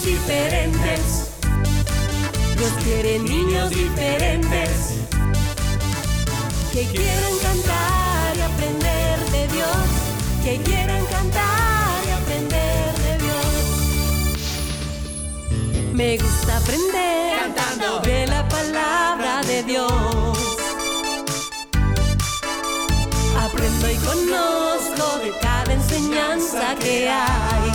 niños diferentes. Dios quiere niños diferentes que quieran cantar y aprender de Dios, que quieran cantar y aprender de Dios. Me gusta aprender cantando de la palabra de Dios. Aprendo y conozco de cada enseñanza que hay.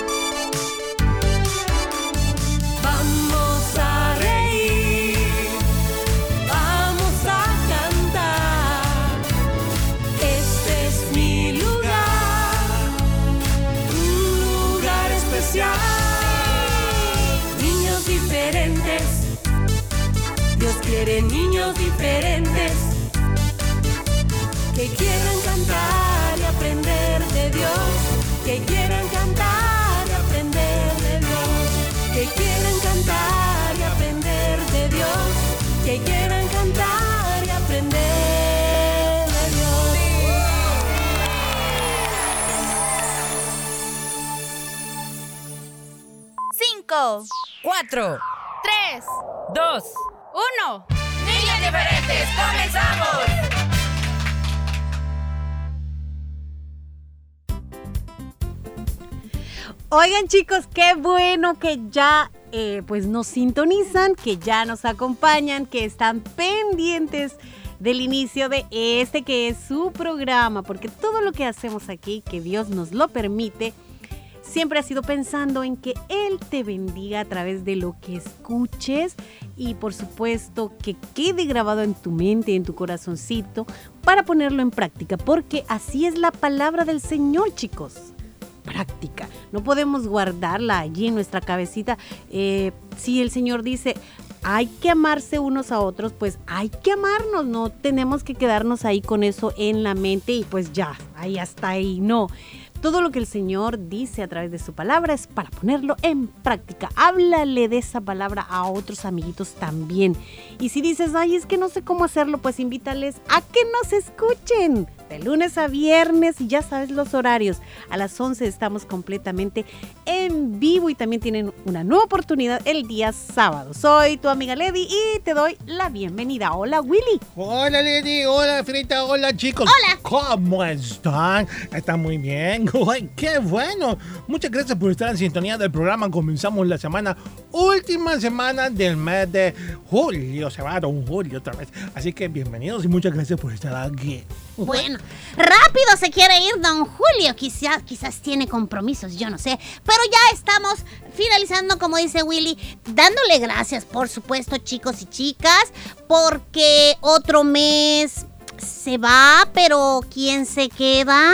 Vamos a reír, vamos a cantar. Este es mi lugar, un lugar especial. Niños diferentes, Dios quiere niños diferentes que quieran cantar y aprender de Dios, que quieran cantar y aprender de Dios, que quieran cantar y aprender de Dios, que quieran cantar y aprender de Dios. 5, 4, 3, 2. 1. Niños diferentes, comenzamos. Oigan, chicos, qué bueno que ya pues nos sintonizan, que ya nos acompañan, que están pendientes del inicio de este que es su programa, porque todo lo que hacemos aquí, que Dios nos lo permite, siempre ha sido pensando en que Él te bendiga a través de lo que escuches y por supuesto que quede grabado en tu mente, en tu corazoncito, para ponerlo en práctica, porque así es la palabra del Señor, chicos. Práctica, no podemos guardarla allí en nuestra cabecita. Si el Señor dice hay que amarse unos a otros, pues hay que amarnos, no tenemos que quedarnos ahí con eso en la mente y pues ya, ahí hasta ahí, no. Todo lo que el Señor dice a través de su palabra es para ponerlo en práctica. Háblale de esa palabra a otros amiguitos también. Y si dices, ay, es que no sé cómo hacerlo, pues invítales a que nos escuchen. De lunes a viernes y ya sabes los horarios. A las 11 estamos completamente en vivo y también tienen una nueva oportunidad el día sábado. Soy tu amiga Lady y te doy la bienvenida. Hola, Willy. Hola, Lady. Hola, Frita. Hola, chicos. Hola. ¿Cómo están? ¿Están muy bien? ¡Ay, qué bueno! Muchas gracias por estar en sintonía del programa. Comenzamos la última semana del mes de julio. Se va a don Julio otra vez. Así que bienvenidos y muchas gracias por estar aquí. Bueno, rápido se quiere ir don Julio, quizás tiene compromisos, yo no sé, pero ya estamos finalizando, como dice Willy, dándole gracias, por supuesto, chicos y chicas, porque otro mes se va, pero ¿quién se queda?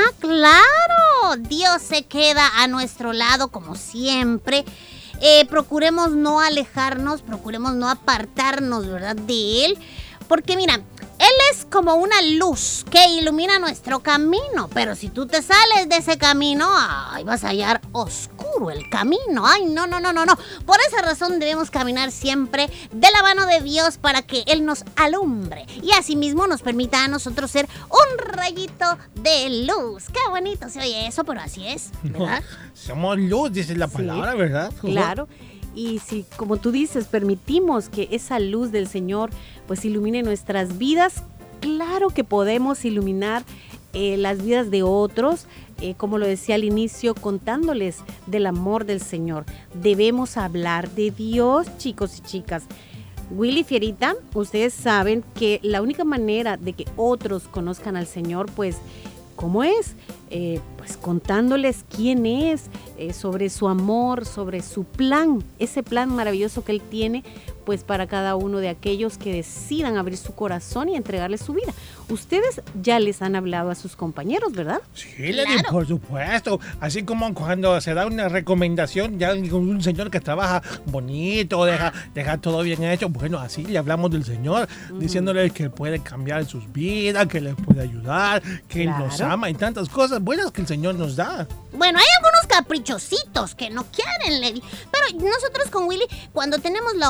¡Claro! Dios se queda a nuestro lado, como siempre. Procuremos no alejarnos, procuremos no apartarnos, ¿verdad?, de Él, porque mira, Él es como una luz que ilumina nuestro camino, pero si tú te sales de ese camino, ay, vas a hallar oscuro el camino. Ay, no. Por esa razón debemos caminar siempre de la mano de Dios para que Él nos alumbre y asimismo nos permita a nosotros ser un rayito de luz. Qué bonito se oye eso, pero así es, ¿verdad? Somos luz, dice la palabra, Sí, ¿verdad? Claro. Y si, como tú dices, permitimos que esa luz del Señor pues ilumine nuestras vidas, claro que podemos iluminar las vidas de otros, como lo decía al inicio, contándoles del amor del Señor. Debemos hablar de Dios, chicos y chicas. Willy, Fierita, ustedes saben que la única manera de que otros conozcan al Señor, pues, ¿cómo es? Pues contándoles quién es, sobre su amor, sobre su plan, ese plan maravilloso que Él tiene, pues para cada uno de aquellos que decidan abrir su corazón y entregarle su vida. Ustedes ya les han hablado a sus compañeros, ¿verdad? Sí, Lady, por supuesto. Así como cuando se da una recomendación ya con un señor que trabaja bonito, deja todo bien hecho. Bueno, así le hablamos del Señor, diciéndole que puede cambiar sus vidas, que les puede ayudar, que Él nos ama y tantas cosas buenas que el Señor nos da. Bueno, hay algunos caprichositos que no quieren, Lady. Pero nosotros con Willy, cuando tenemos la oportunidad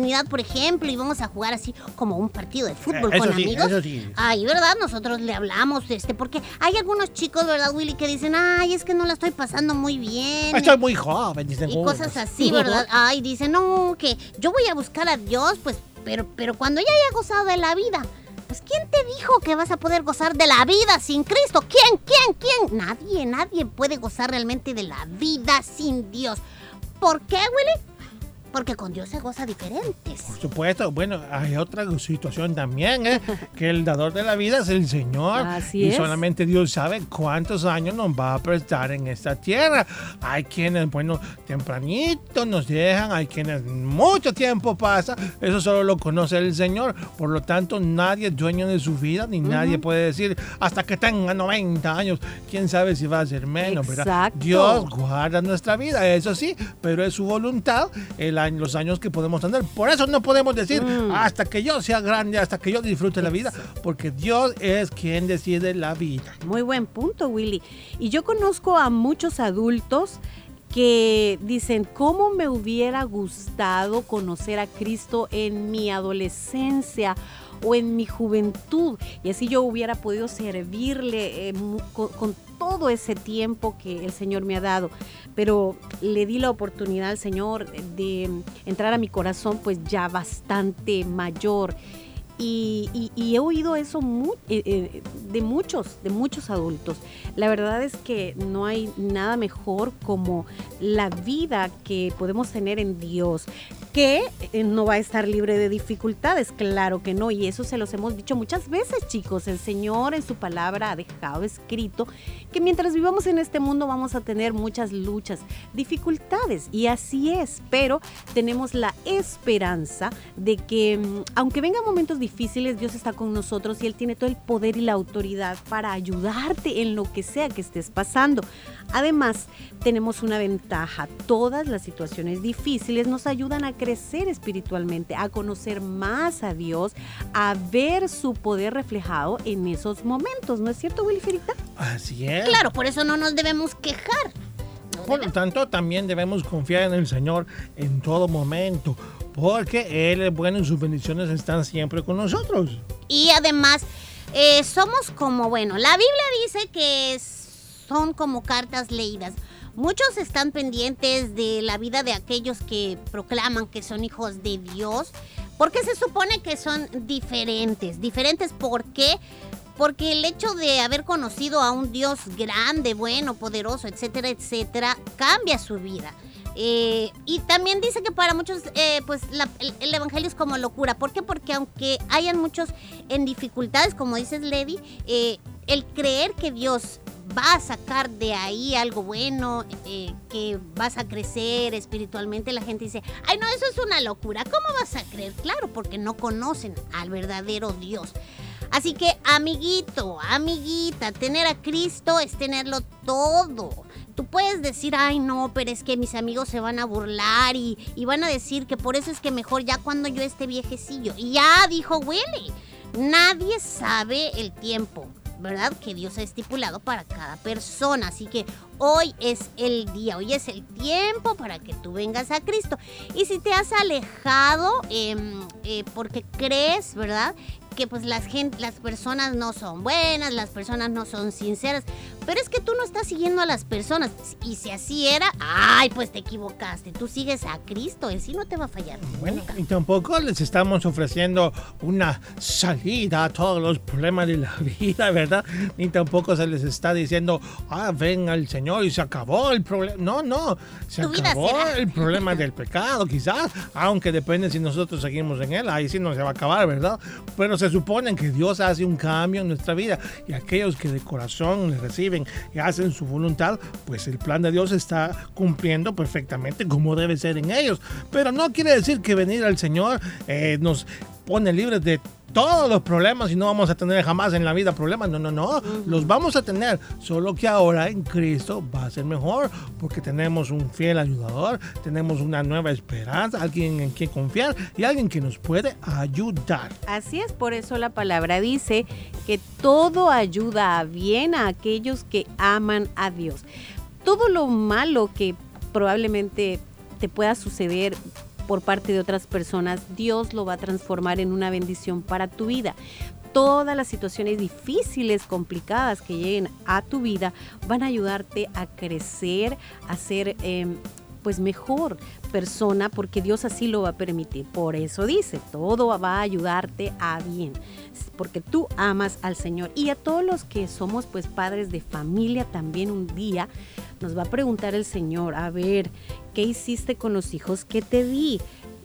oportunidad, por ejemplo, y vamos a jugar así como un partido de fútbol Eso con sí, amigos. eso sí. Ay, ¿verdad? Nosotros le hablamos, porque hay algunos chicos, ¿verdad, Willy? Que dicen, ay, es que no la estoy pasando muy bien. Estoy muy joven, dicen. Y cosas así, ¿verdad? Ay, dicen, no, que yo voy a buscar a Dios, pues, pero cuando ya haya gozado de la vida, pues, ¿quién te dijo que vas a poder gozar de la vida sin Cristo? ¿Quién? Nadie puede gozar realmente de la vida sin Dios. ¿Por qué, Willy? Porque con Dios se goza diferentes. Por supuesto. Bueno, hay otra situación también, que el dador de la vida es el Señor. Así y es. solamente Dios sabe cuántos años nos va a prestar en esta tierra. Hay quienes, bueno, tempranito nos dejan, hay quienes mucho tiempo pasa. Eso solo lo conoce el Señor. Por lo tanto, nadie es dueño de su vida, ni nadie puede decir hasta que tenga 90 años. Quién sabe si va a ser menos, ¿verdad? Exacto. Dios guarda nuestra vida, eso sí, pero es su voluntad los años que podemos tener. Por eso no podemos decir hasta que yo sea grande, hasta que yo disfrute la vida, porque Dios es quien decide la vida. Muy buen punto, Willy. Y yo conozco a muchos adultos que dicen, ¿cómo me hubiera gustado conocer a Cristo en mi adolescencia o en mi juventud? Y así yo hubiera podido servirle con todo ese tiempo que el Señor me ha dado. Pero le di la oportunidad al Señor de entrar a mi corazón pues ya bastante mayor. Y he oído eso de muchos adultos. La verdad es que no hay nada mejor como la vida que podemos tener en Dios, que no va a estar libre de dificultades, claro que no, y eso se los hemos dicho muchas veces, chicos. El Señor en su palabra ha dejado escrito que mientras vivamos en este mundo vamos a tener muchas luchas, dificultades, y así es, pero tenemos la esperanza de que aunque vengan momentos difíciles, Dios está con nosotros y Él tiene todo el poder y la autoridad para ayudarte en lo que sea que estés pasando. Además, tenemos una ventaja. Todas las situaciones difíciles nos ayudan a crecer espiritualmente, a conocer más a Dios, a ver su poder reflejado en esos momentos. ¿No es cierto, Willy Ferita? Así es. Claro, por eso no nos debemos quejar. Por lo tanto, también debemos confiar en el Señor en todo momento, porque Él es bueno y sus bendiciones están siempre con nosotros. Y además, somos como, bueno, la Biblia dice que son como cartas leídas. Muchos están pendientes de la vida de aquellos que proclaman que son hijos de Dios, porque se supone que son diferentes. ¿Diferentes por qué? Porque el hecho de haber conocido a un Dios grande, bueno, poderoso, etcétera, etcétera, cambia su vida. Y también dice que para muchos, pues el evangelio es como locura. ¿Por qué? Porque aunque hayan muchos en dificultades, como dices, Lady, el creer que Dios va a sacar de ahí algo bueno, que vas a crecer espiritualmente, la gente dice, ay no, eso es una locura, ¿cómo vas a creer? Claro, porque no conocen al verdadero Dios. Así que, amiguito, amiguita, tener a Cristo es tenerlo todo. Tú puedes decir, ay no, pero es que mis amigos se van a burlar y van a decir que por eso es que mejor ya cuando yo esté viejecillo. Y ya dijo Willy, nadie sabe el tiempo, ¿verdad? Que Dios ha estipulado para cada persona. Así que hoy es el día, hoy es el tiempo para que tú vengas a Cristo. Y si te has alejado porque crees, ¿verdad?, que pues las personas no son buenas, las personas no son sinceras, pero es que tú no estás siguiendo a las personas, y si así era, ay, pues te equivocaste, tú sigues a Cristo, Él sí no te va a fallar Bueno, nunca. y tampoco les estamos ofreciendo una salida a todos los problemas de la vida, ¿verdad? Ni tampoco se les está diciendo, ven al Señor y se acabó el problema. No, se Tu vida acabó será. el problema del pecado, quizás, aunque depende si nosotros seguimos en él, ahí sí no se va a acabar, ¿verdad? Pero se supone que Dios hace un cambio en nuestra vida, y aquellos que de corazón le reciben y hacen su voluntad, pues el plan de Dios está cumpliendo perfectamente como debe ser en ellos. Pero no quiere decir que venir al Señor nos pone libres de todos los problemas y no vamos a tener jamás en la vida problemas. No, los vamos a tener, solo que ahora en Cristo va a ser mejor, porque tenemos un fiel ayudador, tenemos una nueva esperanza, alguien en quien confiar y alguien que nos puede ayudar. Así es, por eso la palabra dice que todo ayuda a bien a aquellos que aman a Dios. Todo lo malo que probablemente te pueda suceder por parte de otras personas, Dios lo va a transformar en una bendición para tu vida. Todas las situaciones difíciles, complicadas que lleguen a tu vida van a ayudarte a crecer, a ser pues mejor persona, porque Dios así lo va a permitir. Por eso dice, todo va a ayudarte a bien, porque tú amas al Señor. Y a todos los que somos pues padres de familia, también un día nos va a preguntar el Señor, a ver, ¿qué hiciste con los hijos que te di?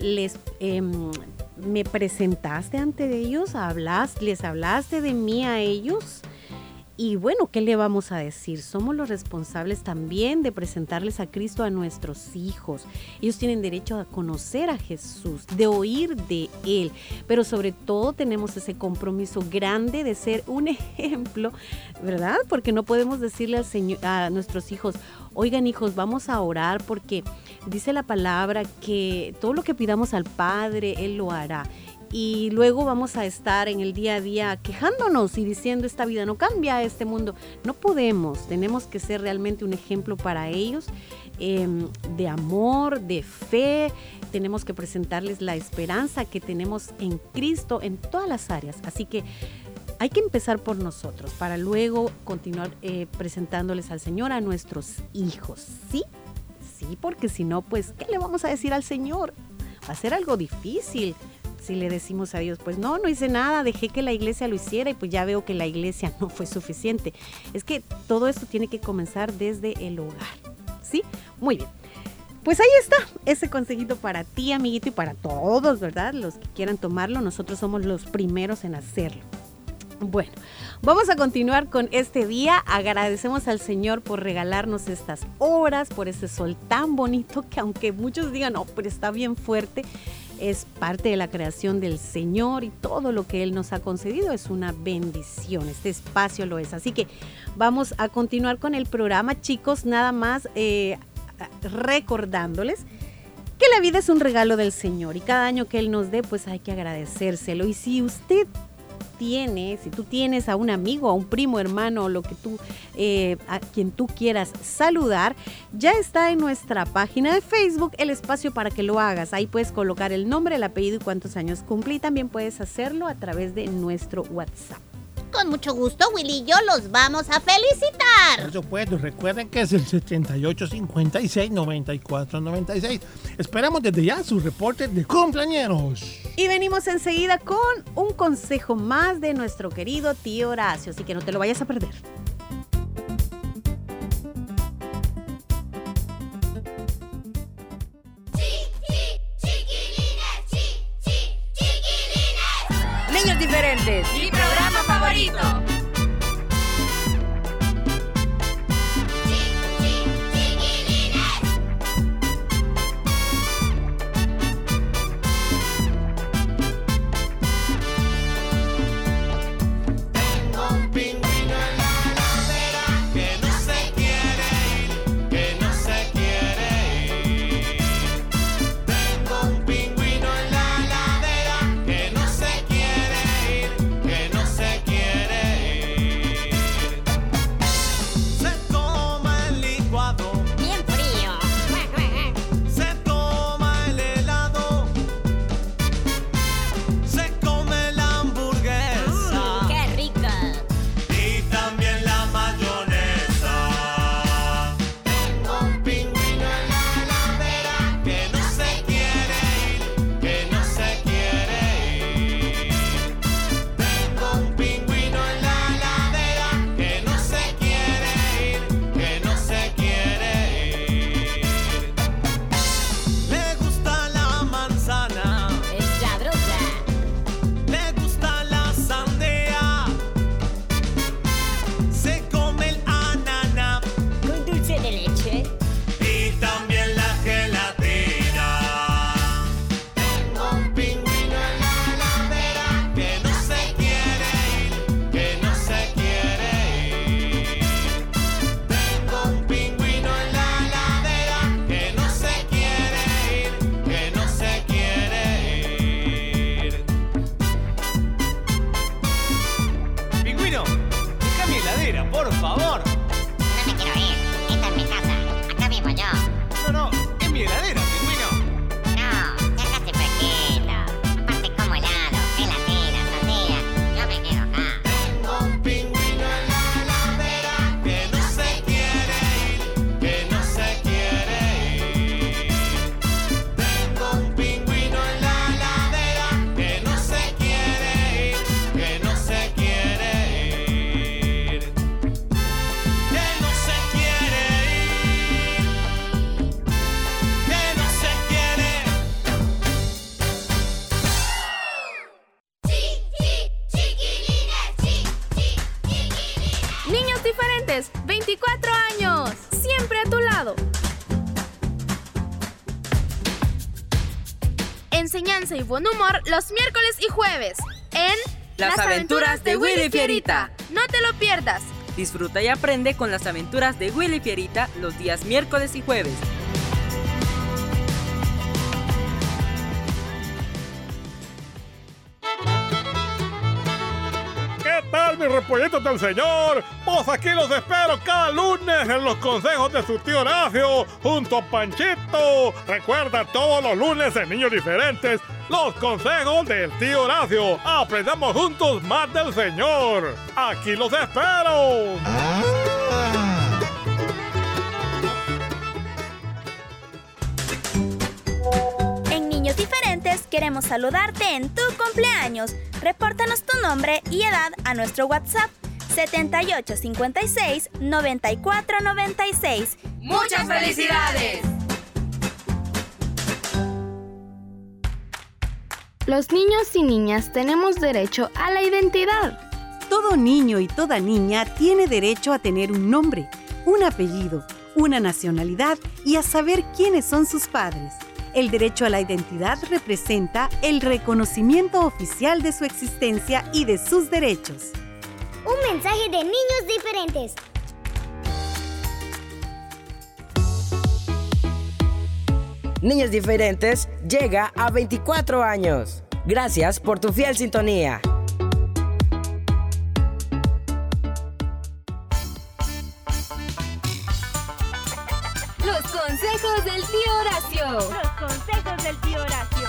¿Me presentaste ante ellos? ¿Les hablaste de mí a ellos? Y bueno, ¿qué le vamos a decir? Somos los responsables también de presentarles a Cristo a nuestros hijos. Ellos tienen derecho a conocer a Jesús, de oír de Él, pero sobre todo tenemos ese compromiso grande de ser un ejemplo, ¿verdad? Porque no podemos decirle al Señor, a nuestros hijos, oigan hijos, vamos a orar porque dice la palabra que todo lo que pidamos al Padre, Él lo hará. Y luego vamos a estar en el día a día quejándonos y diciendo esta vida no cambia, este mundo. No podemos, tenemos que ser realmente un ejemplo para ellos de amor, de fe. Tenemos que presentarles la esperanza que tenemos en Cristo en todas las áreas. Así que hay que empezar por nosotros para luego continuar presentándoles al Señor a nuestros hijos. ¿Sí? Sí, porque si no, pues, ¿qué le vamos a decir al Señor? Va a ser algo difícil. Si le decimos a Dios, pues no hice nada, dejé que la iglesia lo hiciera y pues ya veo que la iglesia no fue suficiente. Es que todo esto tiene que comenzar desde el hogar, ¿sí? Muy bien. Pues ahí está ese consejito para ti, amiguito, y para todos, ¿verdad? Los que quieran tomarlo, nosotros somos los primeros en hacerlo. Bueno, vamos a continuar con este día. Agradecemos al Señor por regalarnos estas horas, por ese sol tan bonito que aunque muchos digan, no, pero está bien fuerte, es parte de la creación del Señor y todo lo que Él nos ha concedido es una bendición. Este espacio lo es. Así que vamos a continuar con el programa, chicos, nada más recordándoles que la vida es un regalo del Señor y cada año que Él nos dé, pues hay que agradecérselo. Y si tú tienes a un amigo, a un primo, hermano, lo que tú, a quien tú quieras saludar, ya está en nuestra página de Facebook el espacio para que lo hagas. Ahí puedes colocar el nombre, el apellido y cuántos años cumple, y también puedes hacerlo a través de nuestro WhatsApp. Con mucho gusto, Willy y yo los vamos a felicitar. Por supuesto, recuerden que es el 7856-9496. Esperamos desde ya sus reportes de cumpleañeros. Y venimos enseguida con un consejo más de nuestro querido tío Horacio, así que no te lo vayas a perder. Niños diferentes, mi programa favorito. Que no se quiere enseñanza y buen humor los miércoles y jueves en Las aventuras de Willy Fierita. No te lo pierdas. Disfruta y aprende con las aventuras de Willy Fierita los días miércoles y jueves. ¿Qué tal, mis repollitos del Señor? Pues aquí los espero cada lunes en los consejos de su tío Horacio junto a Panchito. Recuerda todos los lunes en Niños Diferentes los consejos del tío Horacio. Aprendamos juntos más del Señor. Aquí los espero. En Niños Diferentes queremos saludarte en tu cumpleaños. Repórtanos tu nombre y edad a nuestro WhatsApp 7856-9496. ¡Muchas felicidades! Los niños y niñas tenemos derecho a la identidad. Todo niño y toda niña tiene derecho a tener un nombre, un apellido, una nacionalidad y a saber quiénes son sus padres. El derecho a la identidad representa el reconocimiento oficial de su existencia y de sus derechos. Un mensaje de Niños Diferentes. Niños Diferentes llega a 24 años. Gracias por tu fiel sintonía. Los consejos del tío Horacio. Los consejos del tío Horacio.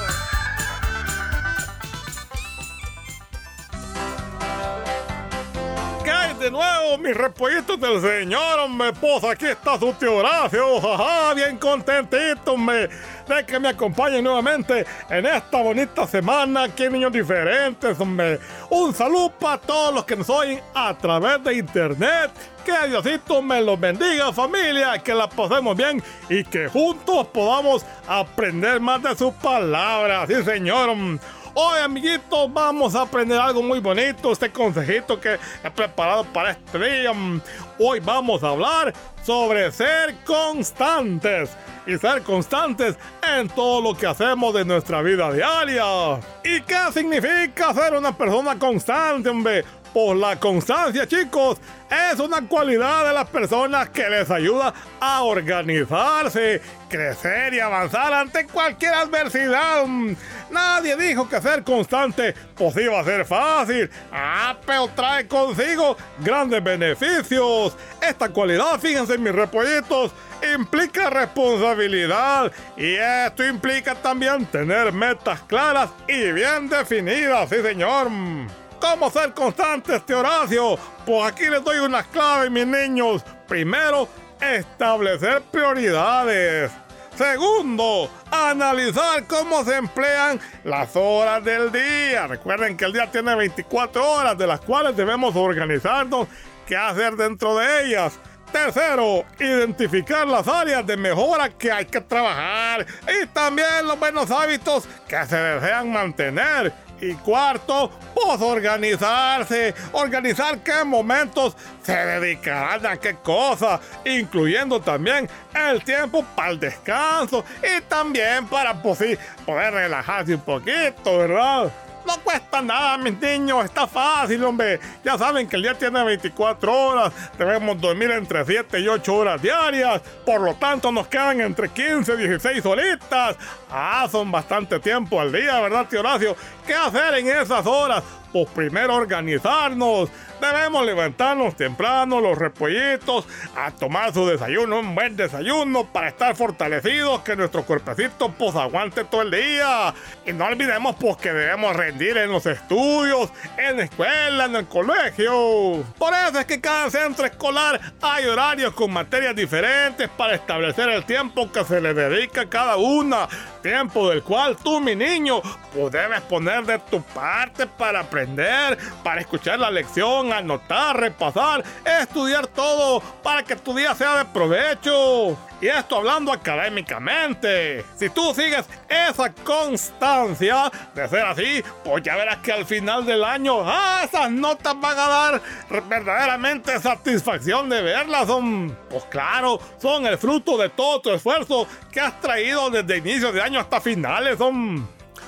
¿Qué hay de nuevo, mis repollitos del Señor, hombre? Pues aquí está su tío Horacio, jaja, bien contentito, hombre, de que me acompañen nuevamente en esta bonita semana aquí en Niños Diferentes, hombre. Un saludo para todos los que nos oyen a través de internet. Que Diosito me los bendiga, familia, que la pasemos bien y que juntos podamos aprender más de sus palabras. Sí, señor. Hoy, amiguitos, vamos a aprender algo muy bonito, este consejito que he preparado para este día. Hoy vamos a hablar sobre ser constantes. Y ser constantes en todo lo que hacemos de nuestra vida diaria. ¿Y qué significa ser una persona constante, hombre? Pues la constancia, chicos, es una cualidad de las personas que les ayuda a organizarse, crecer y avanzar ante cualquier adversidad. Nadie dijo que ser constante pues iba a ser fácil. Pero trae consigo grandes beneficios. Esta cualidad, fíjense, mis repollitos, implica responsabilidad. Y esto implica también tener metas claras y bien definidas, sí, señor. ¿Cómo ser constantes, tío Horacio? Pues aquí les doy unas claves, mis niños. Primero, establecer prioridades. Segundo, analizar cómo se emplean las horas del día. Recuerden que el día tiene 24 horas, de las cuales debemos organizarnos qué hacer dentro de ellas. Tercero, identificar las áreas de mejora que hay que trabajar y también los buenos hábitos que se desean mantener. Y cuarto, pues organizarse. Organizar qué momentos se dedicarán a qué cosa, incluyendo también el tiempo para el descanso y también para pues, sí, poder relajarse un poquito, ¿verdad? No cuesta nada, mis niños, está fácil, hombre. Ya saben que el día tiene 24 horas, debemos dormir entre 7 y 8 horas diarias. Por lo tanto, nos quedan entre 15 y 16 horitas. Son bastante tiempo al día, ¿verdad, tío Horacio? ¿Qué hacer en esas horas? Pues primero organizarnos. Debemos levantarnos temprano, los repollitos, a tomar su desayuno, un buen desayuno para estar fortalecidos, que nuestro cuerpecito pues aguante todo el día. Y no olvidemos pues que debemos rendir en los estudios, en la escuela, en el colegio. Por eso es que cada centro escolar hay horarios con materias diferentes para establecer el tiempo que se le dedica a cada una. Tiempo del cual tú, mi niño, pues debes poner de tu parte para aprender, para escuchar la lección, anotar, repasar, estudiar todo para que tu día sea de provecho. Y esto hablando académicamente. Si tú sigues esa constancia de ser así, pues ya verás que al final del año esas notas van a dar verdaderamente satisfacción de verlas. Pues claro, son el fruto de todo tu esfuerzo que has traído desde inicios de año hasta finales.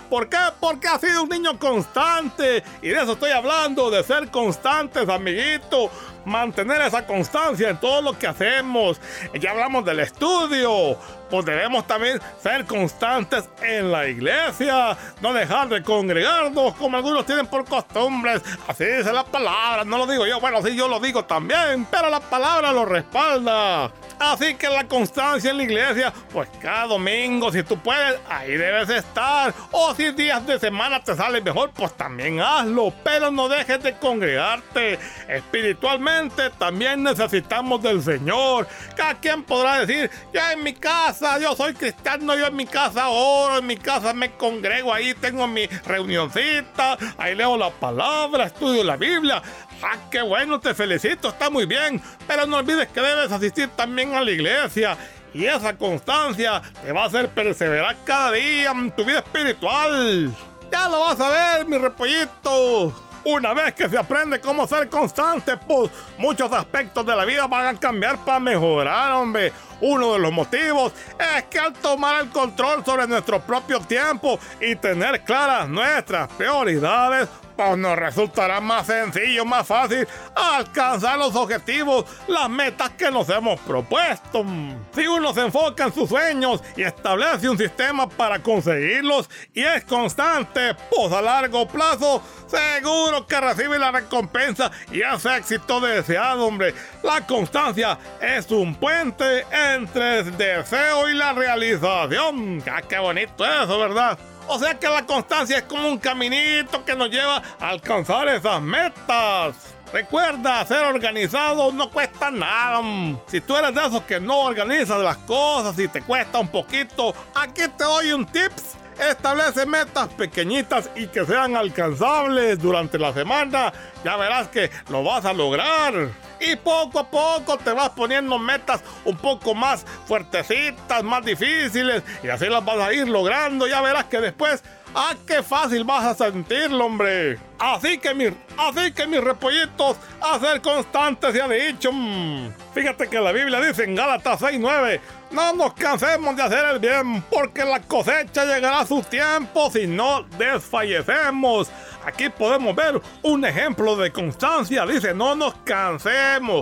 ¿Por qué? Porque has sido un niño constante. Y de eso estoy hablando, de ser constantes, amiguito. Mantener esa constancia en todo lo que hacemos. Ya hablamos del estudio. Pues debemos también ser constantes en la iglesia. No dejar de congregarnos como algunos tienen por costumbres. Así dice la palabra, no lo digo yo. Bueno, sí, yo lo digo también, pero la palabra lo respalda. Así que la constancia en la iglesia, pues cada domingo, si tú puedes, ahí debes estar. O si días de semana te sale mejor, pues también hazlo. Pero no dejes de congregarte. Espiritualmente también necesitamos del Señor. Cada quien podrá decir, yo en mi casa, yo soy cristiano, yo en mi casa oro, en mi casa me congrego, ahí tengo mi reunioncita, ahí leo la palabra, estudio la Biblia. ¡Ah, qué bueno! Te felicito, está muy bien. Pero no olvides que debes asistir también a la iglesia. Y esa constancia te va a hacer perseverar cada día en tu vida espiritual. Ya lo vas a ver, mi repollito. Una vez que se aprende cómo ser constante, pues muchos aspectos de la vida van a cambiar para mejorar, hombre. Uno de los motivos es que al tomar el control sobre nuestro propio tiempo y tener claras nuestras prioridades, pues nos resultará más sencillo, más fácil alcanzar los objetivos, las metas que nos hemos propuesto. Si uno se enfoca en sus sueños y establece un sistema para conseguirlos y es constante, pues a largo plazo, seguro que recibe la recompensa y ese éxito deseado, hombre. La constancia es un puente entre el deseo y la realización. ¡Ah, qué bonito eso, ¿verdad? O sea que la constancia es como un caminito que nos lleva a alcanzar esas metas. Recuerda, ser organizado no cuesta nada. Si tú eres de esos que no organizas las cosas y te cuesta un poquito, aquí te doy un tips. Establece metas pequeñitas y que sean alcanzables durante la semana. Ya verás que lo vas a lograr. Y poco a poco te vas poniendo metas un poco más fuertecitas, más difíciles. Y así las vas a ir logrando. Ya verás que después, ¡ah, qué fácil vas a sentirlo, hombre! Así que mis repollitos, a ser constantes se ha dicho. Fíjate que la Biblia dice en Gálatas 6:9, no nos cansemos de hacer el bien, porque la cosecha llegará a su tiempo si no desfallecemos. Aquí podemos ver un ejemplo de constancia. Dice, no nos cansemos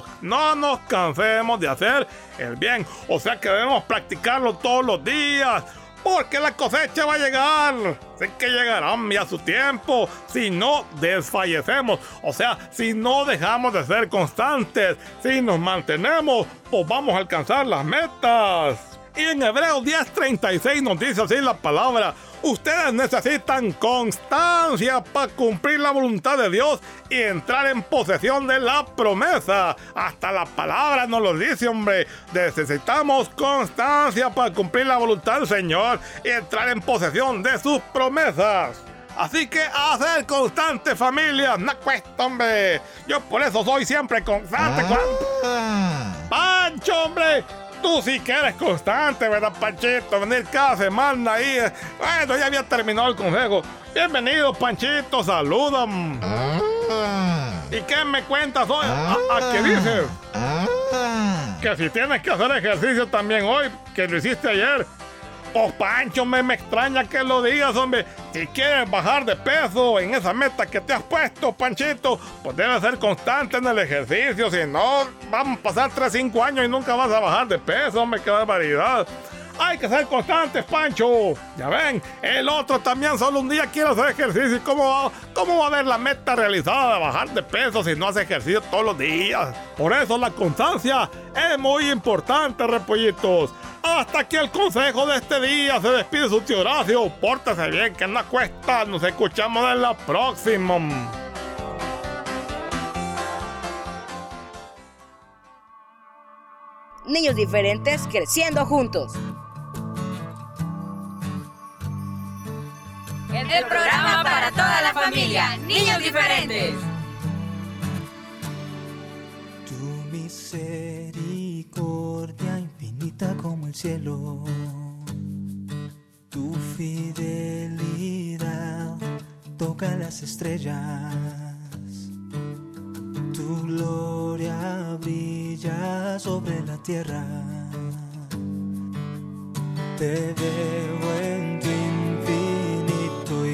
de hacer el bien. O sea que debemos practicarlo todos los días, porque la cosecha va a llegar. Sé que llegará a su tiempo si no desfallecemos. O sea, si no dejamos de ser constantes, si nos mantenemos, pues vamos a alcanzar las metas. Y en Hebreos 10:36 nos dice así la palabra: ustedes necesitan constancia para cumplir la voluntad de Dios y entrar en posesión de la promesa. Hasta la palabra nos lo dice, hombre. Necesitamos constancia para cumplir la voluntad del Señor y entrar en posesión de sus promesas. Así que a ser constante, familia, no cuesta, hombre. Yo por eso soy siempre constante. ¡Pancho, hombre! Tú sí que eres constante, ¿verdad, Panchito? Venir cada semana ahí. Bueno, ya había terminado el consejo. Bienvenido, Panchito, saludan. ¿Y qué me cuentas hoy? ¿A qué dices? Que si tienes que hacer ejercicio también hoy, que lo hiciste ayer. Pues, Pancho, me extraña que lo digas, hombre. Si quieres bajar de peso en esa meta que te has puesto, Panchito, pues debes ser constante en el ejercicio. Si no, vamos a pasar 3-5 años y nunca vas a bajar de peso, hombre. ¡Qué barbaridad! Hay que ser constantes, Pancho. Ya ven, el otro también solo un día quiere hacer ejercicio. ¿Cómo va a ver la meta realizada de bajar de peso si no hace ejercicio todos los días? Por eso la constancia es muy importante, repollitos. Hasta aquí el consejo de este día. Se despide su tío Horacio. Pórtese bien, que no cuesta. Nos escuchamos en la próxima. Niños diferentes creciendo juntos. El programa para toda la familia. Niños diferentes. Tu misericordia infinita como el cielo, tu fidelidad toca las estrellas, tu gloria brilla sobre la tierra. Te veo en tu infinito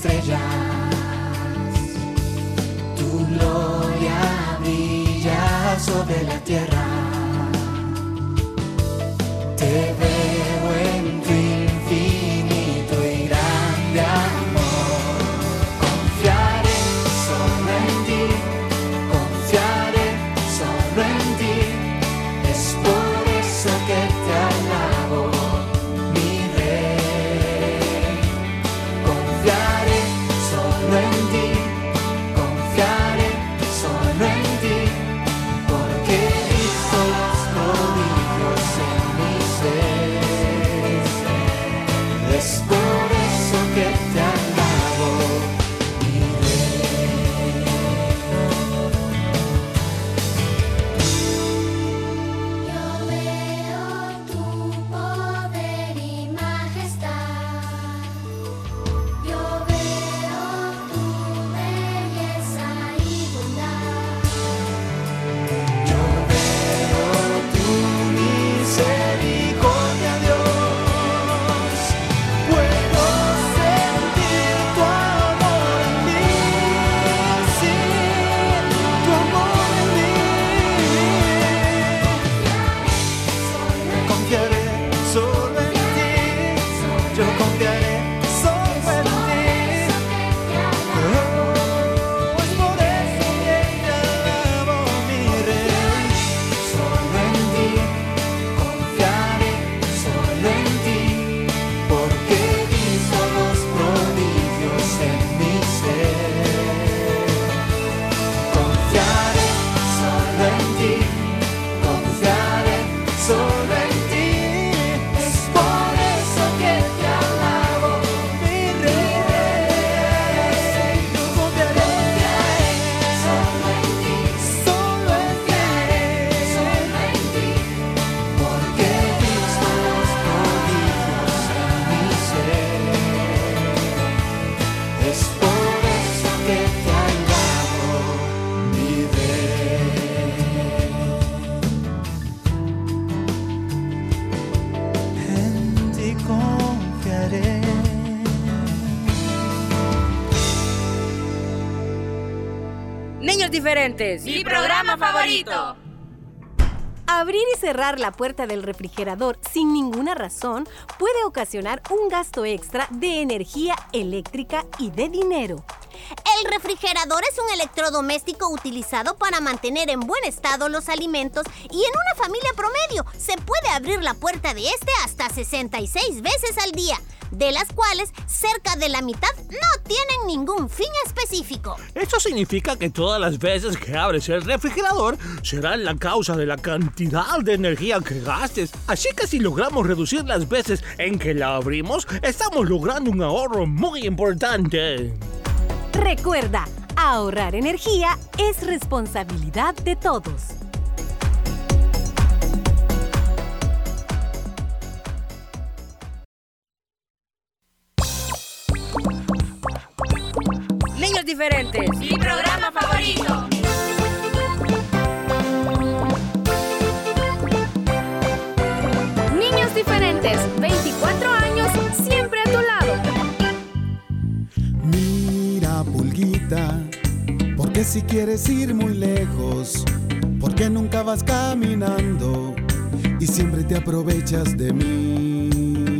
estrellas. Tu gloria brilla sobre la tierra. Te veo en tu infinito y grande amor. Confiaré solo en ti, confiaré solo en ti. Es por eso que te alabo, mi rey. Confiaré solo en ti, confiaré solo en ti, porque hizo los prodigios en mi ser. Es por eso que te alabo, mi rey. Yo veo tu poder y majestad. Yo veo tu belleza y bondad. Yo veo tu misericordia, Dios. Puedo sentir tu amor en mí, sí, tu amor en mí. Confiaré solo en ti, yo confiaré solo en ti. Oh, es por eso que te alabo, mi rey. Solo en ti, confiaré solo en ti, porque hizo los prodigios en mi ser. Confiaré solo en ti, confiaré solo en ti. Es por eso que te alabo, mi rey. Yo confiaré solo en ti, solo en ti, porque hizo los prodigios en mi ser. Es por eso que te alabo, mi rey. En ti confiaré. Niños diferentes. Mi programa favorito. Abrir y cerrar la puerta del refrigerador sin ninguna razón puede ocasionar un gasto extra de energía eléctrica y de dinero. El refrigerador es un electrodoméstico utilizado para mantener en buen estado los alimentos y en una familia promedio se puede abrir la puerta de este hasta 66 veces al día, de las cuales cerca de la mitad no tienen ningún fin específico. Eso significa que todas las veces que abres el refrigerador será la causa de la cantidad de energía que gastes. Así que si logramos reducir las veces en que la abrimos, estamos logrando un ahorro muy importante. Recuerda, ahorrar energía es responsabilidad de todos. Niños diferentes. Mi programa favorito. Niños diferentes, 24 años, siempre a tu lado. Mira, pulguita, porque si quieres ir muy lejos, porque nunca vas caminando y siempre te aprovechas de mí.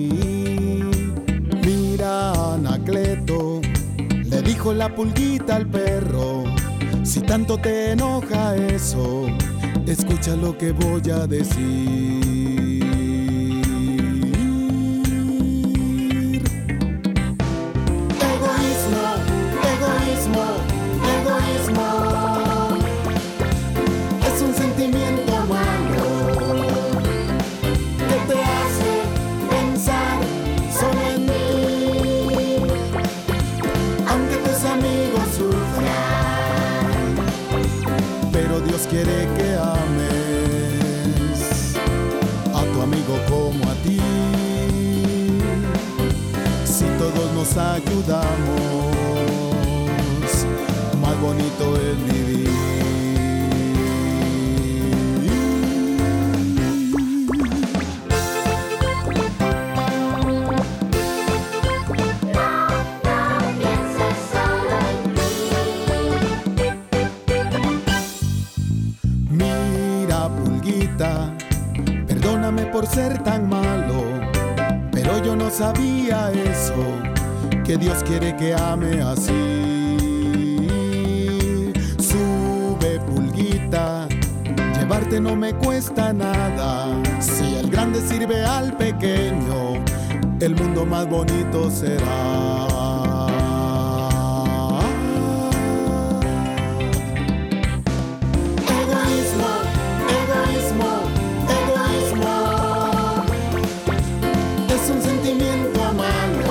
Mira, Anacleto, le dijo la pulguita al perro, si tanto te enoja eso, escucha lo que voy a decir. Egoísmo, egoísmo, egoísmo, es un sentimiento malo que te hace pensar solo en ti, aunque tus amigos sufran, pero Dios quiere que ames a tu amigo como a ti. Si todos nos ayudamos, más bonito es vivir. No pienses pulguita, perdóname por ser tan malo, pero yo no sabía eso, que Dios quiere que ame así. Sube, pulguita, llevarte no me cuesta nada. Si el grande sirve al pequeño, el mundo más bonito será. Es un sentimiento malo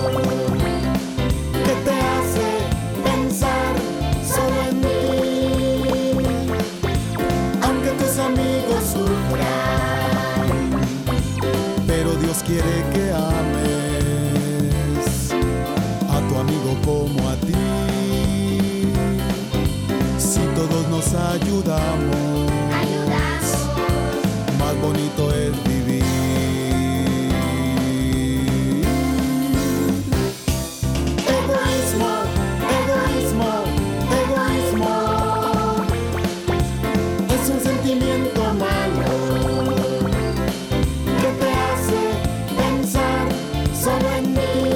que te hace pensar solo en ti, aunque tus amigos sufran, pero Dios quiere que ames a tu amigo como a ti. Si todos nos ayudamos, más bonito es vivir. Egoísmo, egoísmo, egoísmo es un sentimiento malo que te hace pensar solo en ti,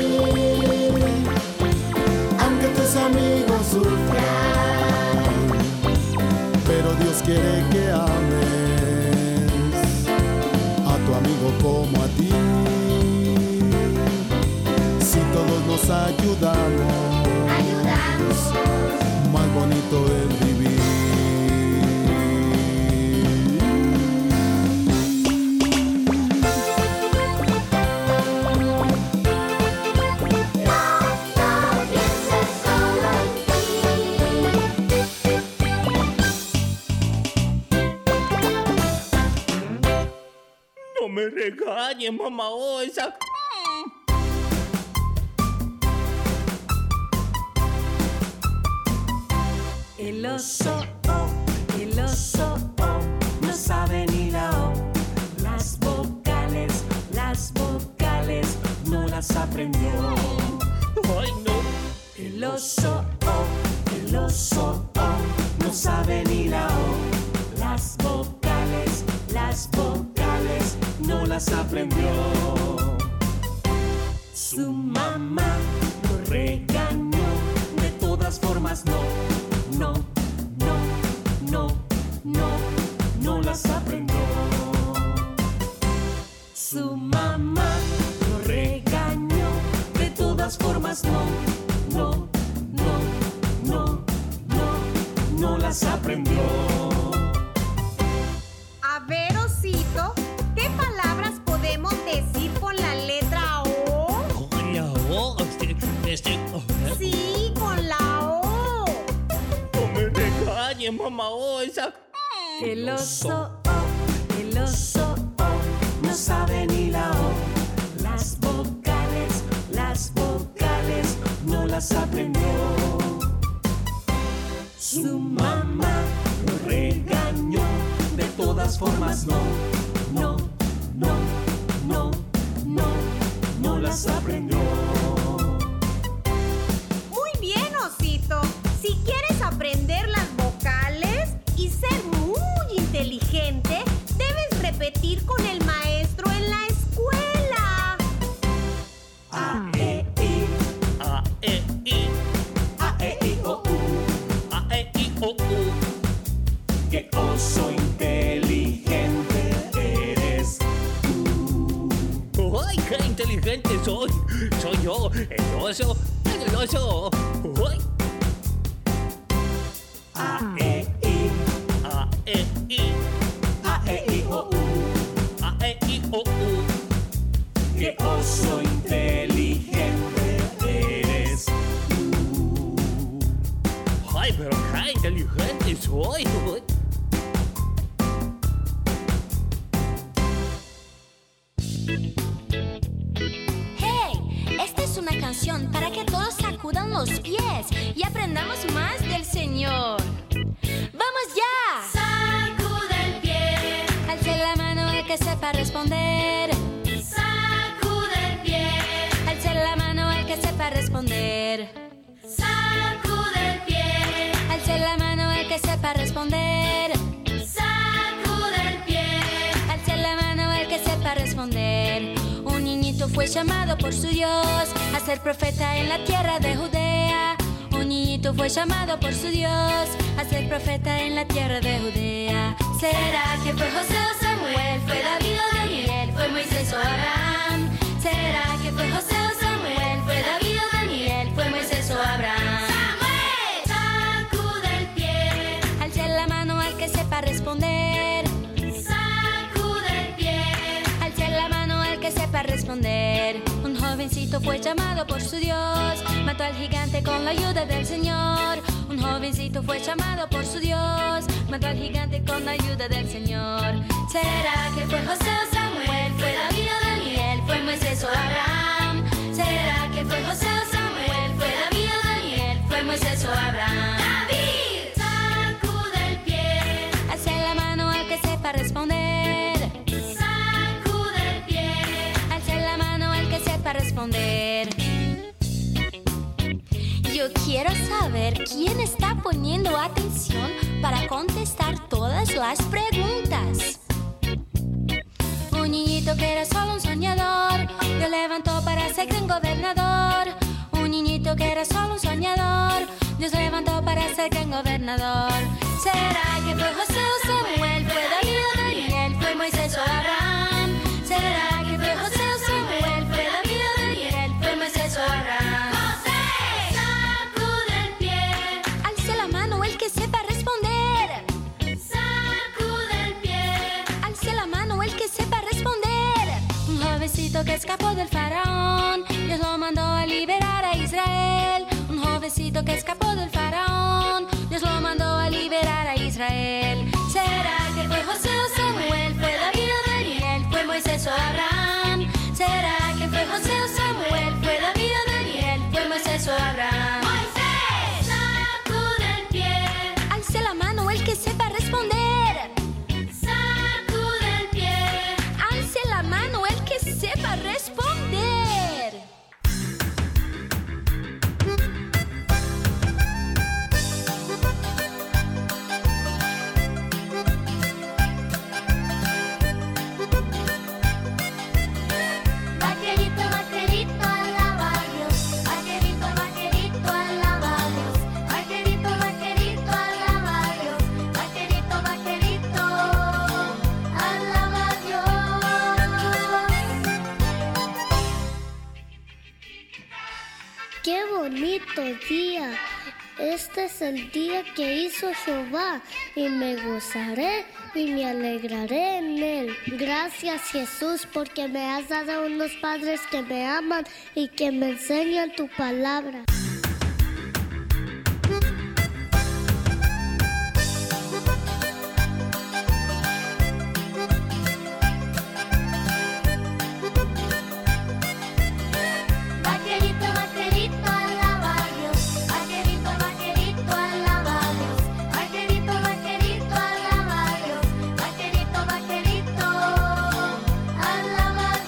aunque tus amigos sufran, pero Dios quiere que ames a tu amigo como a ti. Si todos nos ayudamos, más bonito es vivir. No me regañes, mamá Osa. El oso, oh, no sabe ni la O. Las vocales, no las aprendió. Ay, no. El oso, oh, no sabe ni la O. Las vocales, no las aprendió. Su mamá lo regañó, de todas formas no las aprendió. Su mamá lo regañó, de todas formas no las aprendió. A ver, Osito, ¿qué palabras podemos decir con la letra O? Con la O, Sí, con la O. No me regañes, mamá Osa. El oso, oh, no sabe ni la O. Las vocales, no las aprendió. Su mamá lo regañó, de todas formas no las aprendió. Muy bien, Osito. Si quieres aprender las vocales y ser muy inteligente, debes repetir con el maestro en la escuela. A, E, I. A, E, I. A, E, I, O, U. A, E, I, O, U. Qué oso inteligente eres tú. ¡Ay, qué inteligente soy! Soy yo, el oso. ¡Ay! A, E, I. A, E, I. A, E, I, O, U. A, E, I, O, U. Qué oso inteligente eres tú. ¡Ay, pero qué inteligente soy! ¡Hey! Esta es una canción para que todos sacudan los pies y aprendamos más del Señor. ¡Vamos ya! Sacude el pie. Alce la mano el que sepa responder. Sacude el pie. Alce la mano el que sepa responder. Sacude el pie. Alce la mano el que sepa responder. Sacude el pie. llamado por su Dios a ser profeta en la tierra de Judea. Un niñito fue llamado por su Dios a ser profeta en la tierra de Judea. ¿Será que fue José o Samuel? ¿Fue David o Daniel? ¿Fue Moisés o Abraham? ¿Será que fue José o Samuel? ¿Fue David o Daniel? ¿Fue Moisés o Abraham? ¡Samuel! Sacude el pie. Alce la mano al que sepa responder. Sacude el pie. Alce la mano al que sepa responder. Un jovencito fue llamado por su Dios, mató al gigante con la ayuda del Señor. Un jovencito fue llamado por su Dios, mató al gigante con la ayuda del Señor. ¿Será que fue José o Samuel? ¿Fue David o Daniel? ¿Fue Moisés o Abraham? ¿Será que fue José o Samuel? ¿Fue David o Daniel? ¿Fue Moisés o Abraham? ¡David! Sacude el pie. Alce la mano al que sepa responder. Sacude el pie. Alce la mano al que sepa responder. Yo quiero saber quién está poniendo atención para contestar todas las preguntas. Un niñito que era solo un soñador, Dios levantó para ser gran gobernador. Un niñito que era solo un soñador, Dios levantó para ser gran gobernador. ¿Será que fue José o Samuel? ¿Fue David o Daniel? ¿Fue Moisés o Abraham? ¿Será que fue José o Samuel? ¿Fue David o Daniel? ¿Fue Moisés o Abraham? Sepa responder. Sacude el pie. Alce la mano el que sepa responder. Un jovencito que escapó del faraón, Dios lo mandó a liberar a Israel. Un jovencito que escapó del faraón, Dios lo mandó a liberar a Israel. ¿Será que fue José o Samuel? ¿Fue David o Daniel? ¿Fue Moisés o Abraham? ¿Será que fue José o Samuel? ¿Fue David o Daniel? ¿Fue Moisés o Abraham? Alce la mano el que sepa responder. Sacude el pie. Alce la mano el que sepa responder. Vaquerito, vaquerito, alaba a Dios. Vaquerito, vaquerito, alaba a Dios. Vaquerito, vaquerito, alaba a Dios. Vaquerito, vaquerito, alaba a Dios. ¡Qué bonito día! Este es el día que hizo Jehová, y me gozaré y me alegraré en él. Gracias, Jesús, porque me has dado unos padres que me aman y que me enseñan tu palabra. Vaquerito, vaquerito, alaba a Dios. Vaquerito, vaquerito, alaba a Dios. Vaquerito, vaquerito, alaba a Dios. Vaquerito, vaquerito, alaba a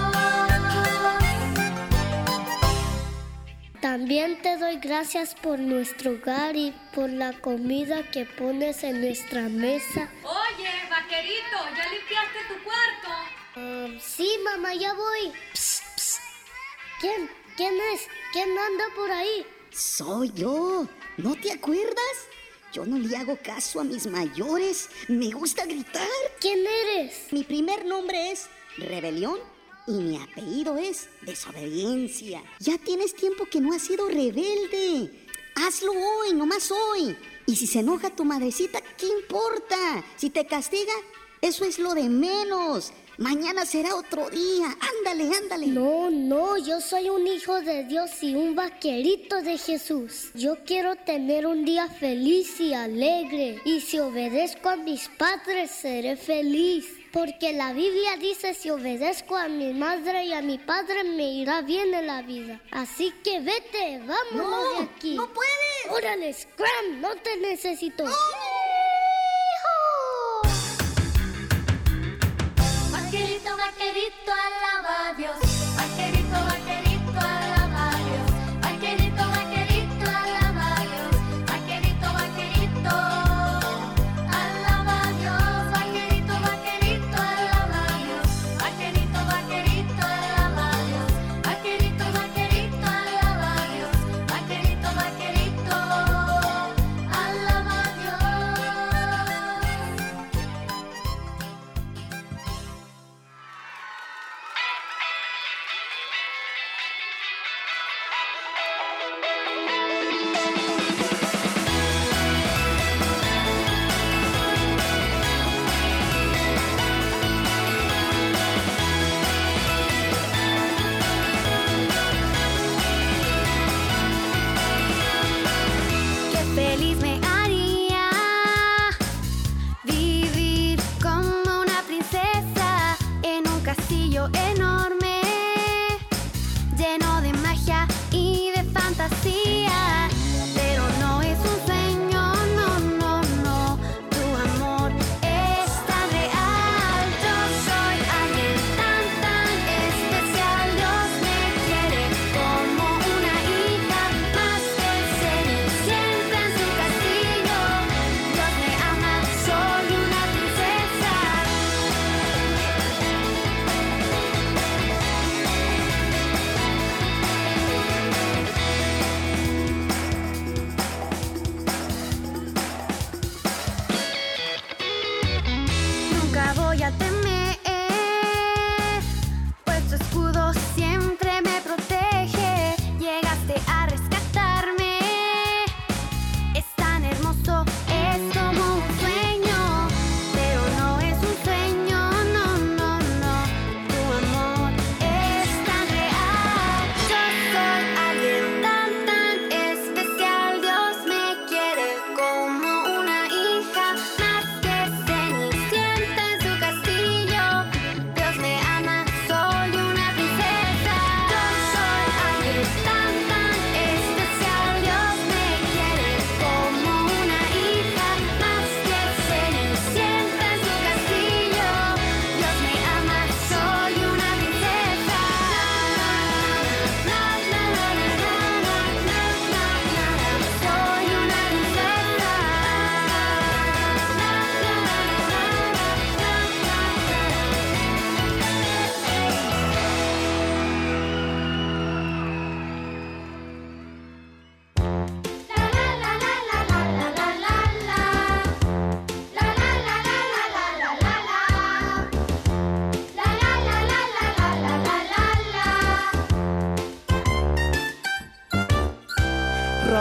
Dios. También te doy gracias por nuestro hogar y por la comida que pones en nuestra mesa. Oye, vaquerito, ¿ya limpiaste tu cuarto? Sí, mamá, ya voy. Psst, psst. ¿Quién es? ¿Quién anda por ahí? Soy yo. ¿No te acuerdas? Yo no le hago caso a mis mayores. Me gusta gritar. ¿Quién eres? Mi primer nombre es Rebelión y mi apellido es Desobediencia. Ya tienes tiempo que no has sido rebelde. Hazlo hoy, nomás hoy. Y si se enoja tu madrecita, ¿qué importa? Si te castiga, eso es lo de menos. Mañana será otro día. Ándale, ándale. No, yo soy un hijo de Dios y un vaquerito de Jesús. Yo quiero tener un día feliz y alegre. Y si obedezco a mis padres, seré feliz. Porque la Biblia dice, si obedezco a mi madre y a mi padre, me irá bien en la vida. Así que vete, vámonos de aquí. ¡No puedes! ¡Órale, Scram! ¡No te necesito! ¡No! Vaquerito, vaquerito, alaba a Dios. Vaquerito, vaquerito, alaba a Dios. Vaquerito, vaquerito, alaba a Dios. Vaquerito, vaquerito, alaba a Dios. Vaquerito, vaquerito, alaba a Dios. Vaquerito, vaquerito, alaba a Dios.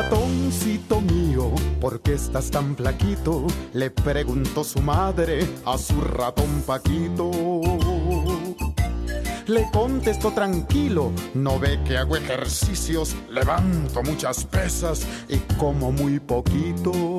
Ratoncito mío, ¿por qué estás tan flaquito? Le preguntó su madre a su ratón Paquito. Le contestó tranquilo, ¿no ve que hago ejercicios? Levanto muchas pesas y como muy poquito.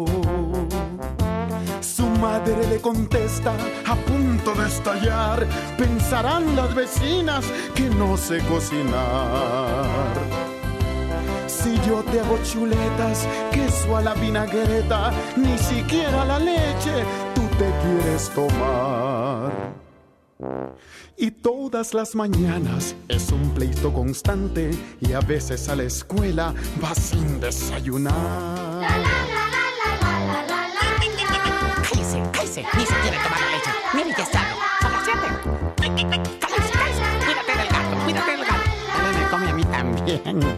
Su madre le contesta, a punto de estallar, pensarán las vecinas que no sé cocinar. Si yo te hago chuletas, queso a la vinagreta, ni siquiera la leche tú te quieres tomar. Y todas las mañanas es un pleito constante y a veces a la escuela va sin desayunar. Cállese, cállese, ni se quiere tomar la leche. Mire, ya sabe, son las 7. Cállese, cállese, cuídate del gato, cuídate del gato. Dale, me come a mí también.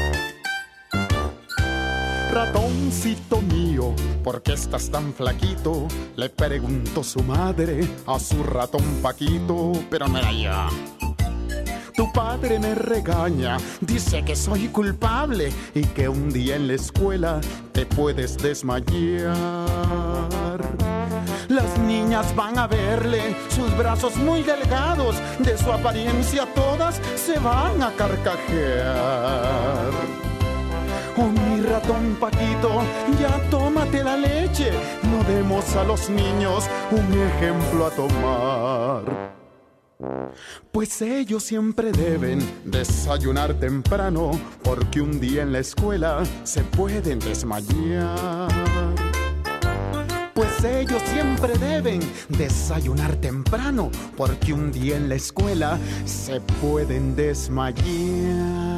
Ratoncito mío, ¿por qué estás tan flaquito? Le preguntó su madre a su ratón Paquito. Pero no era yo. Tu padre me regaña, dice que soy culpable y que un día en la escuela te puedes desmayar. Las niñas van a verle sus brazos muy delgados, de su apariencia todas se van a carcajear. Oh, mi ratón Paquito, ya tómate la leche, no demos a los niños un ejemplo a tomar. Pues ellos siempre deben desayunar temprano, porque un día en la escuela se pueden desmayar. Pues ellos siempre deben desayunar temprano, porque un día en la escuela se pueden desmayar.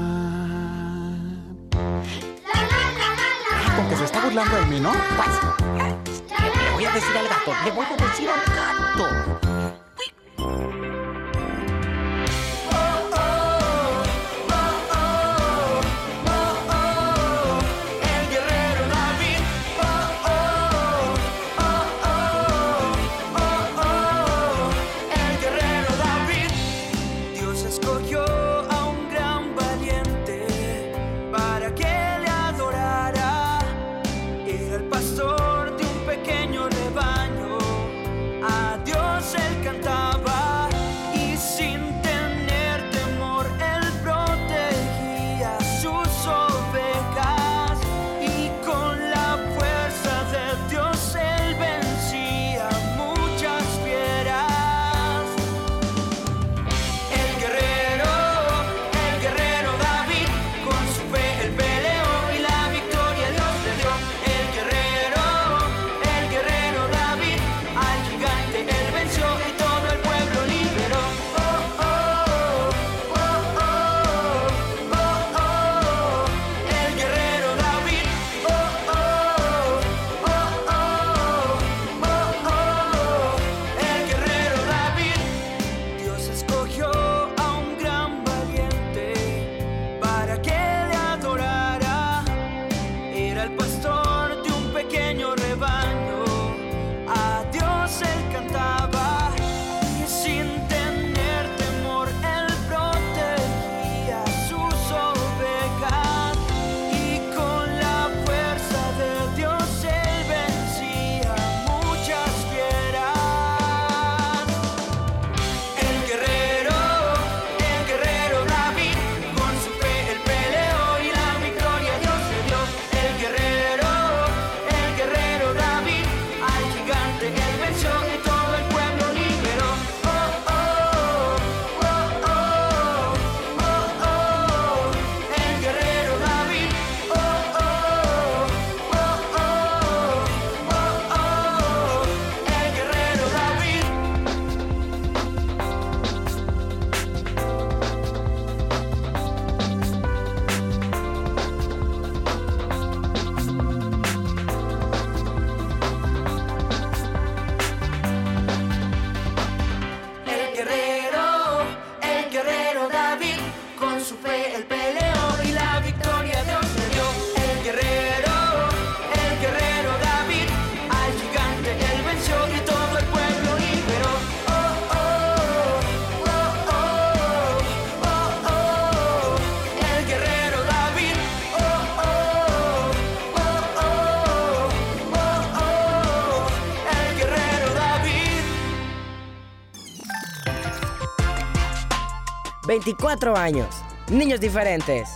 Con que se está burlando de mí, ¿no? Pues, le voy a decir al gato, le voy a decir al gato. Pastor de un pequeño rebaño, a Dios 24 años. Niños diferentes.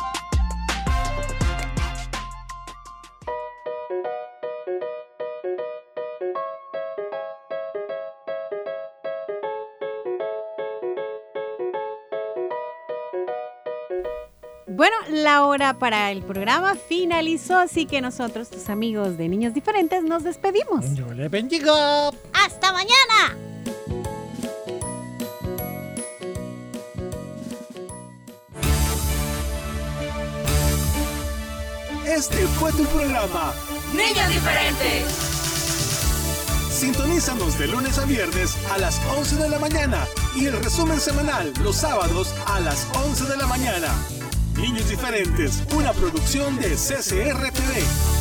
Bueno, la hora para el programa finalizó, así que nosotros, tus amigos de Niños Diferentes, nos despedimos. Yo les bendiga. ¡Hasta mañana! Este fue tu programa Niños Diferentes. Sintonízanos de lunes a viernes a las 11 de la mañana y el resumen semanal los sábados a las 11 de la mañana. Niños Diferentes, una producción de CCR TV.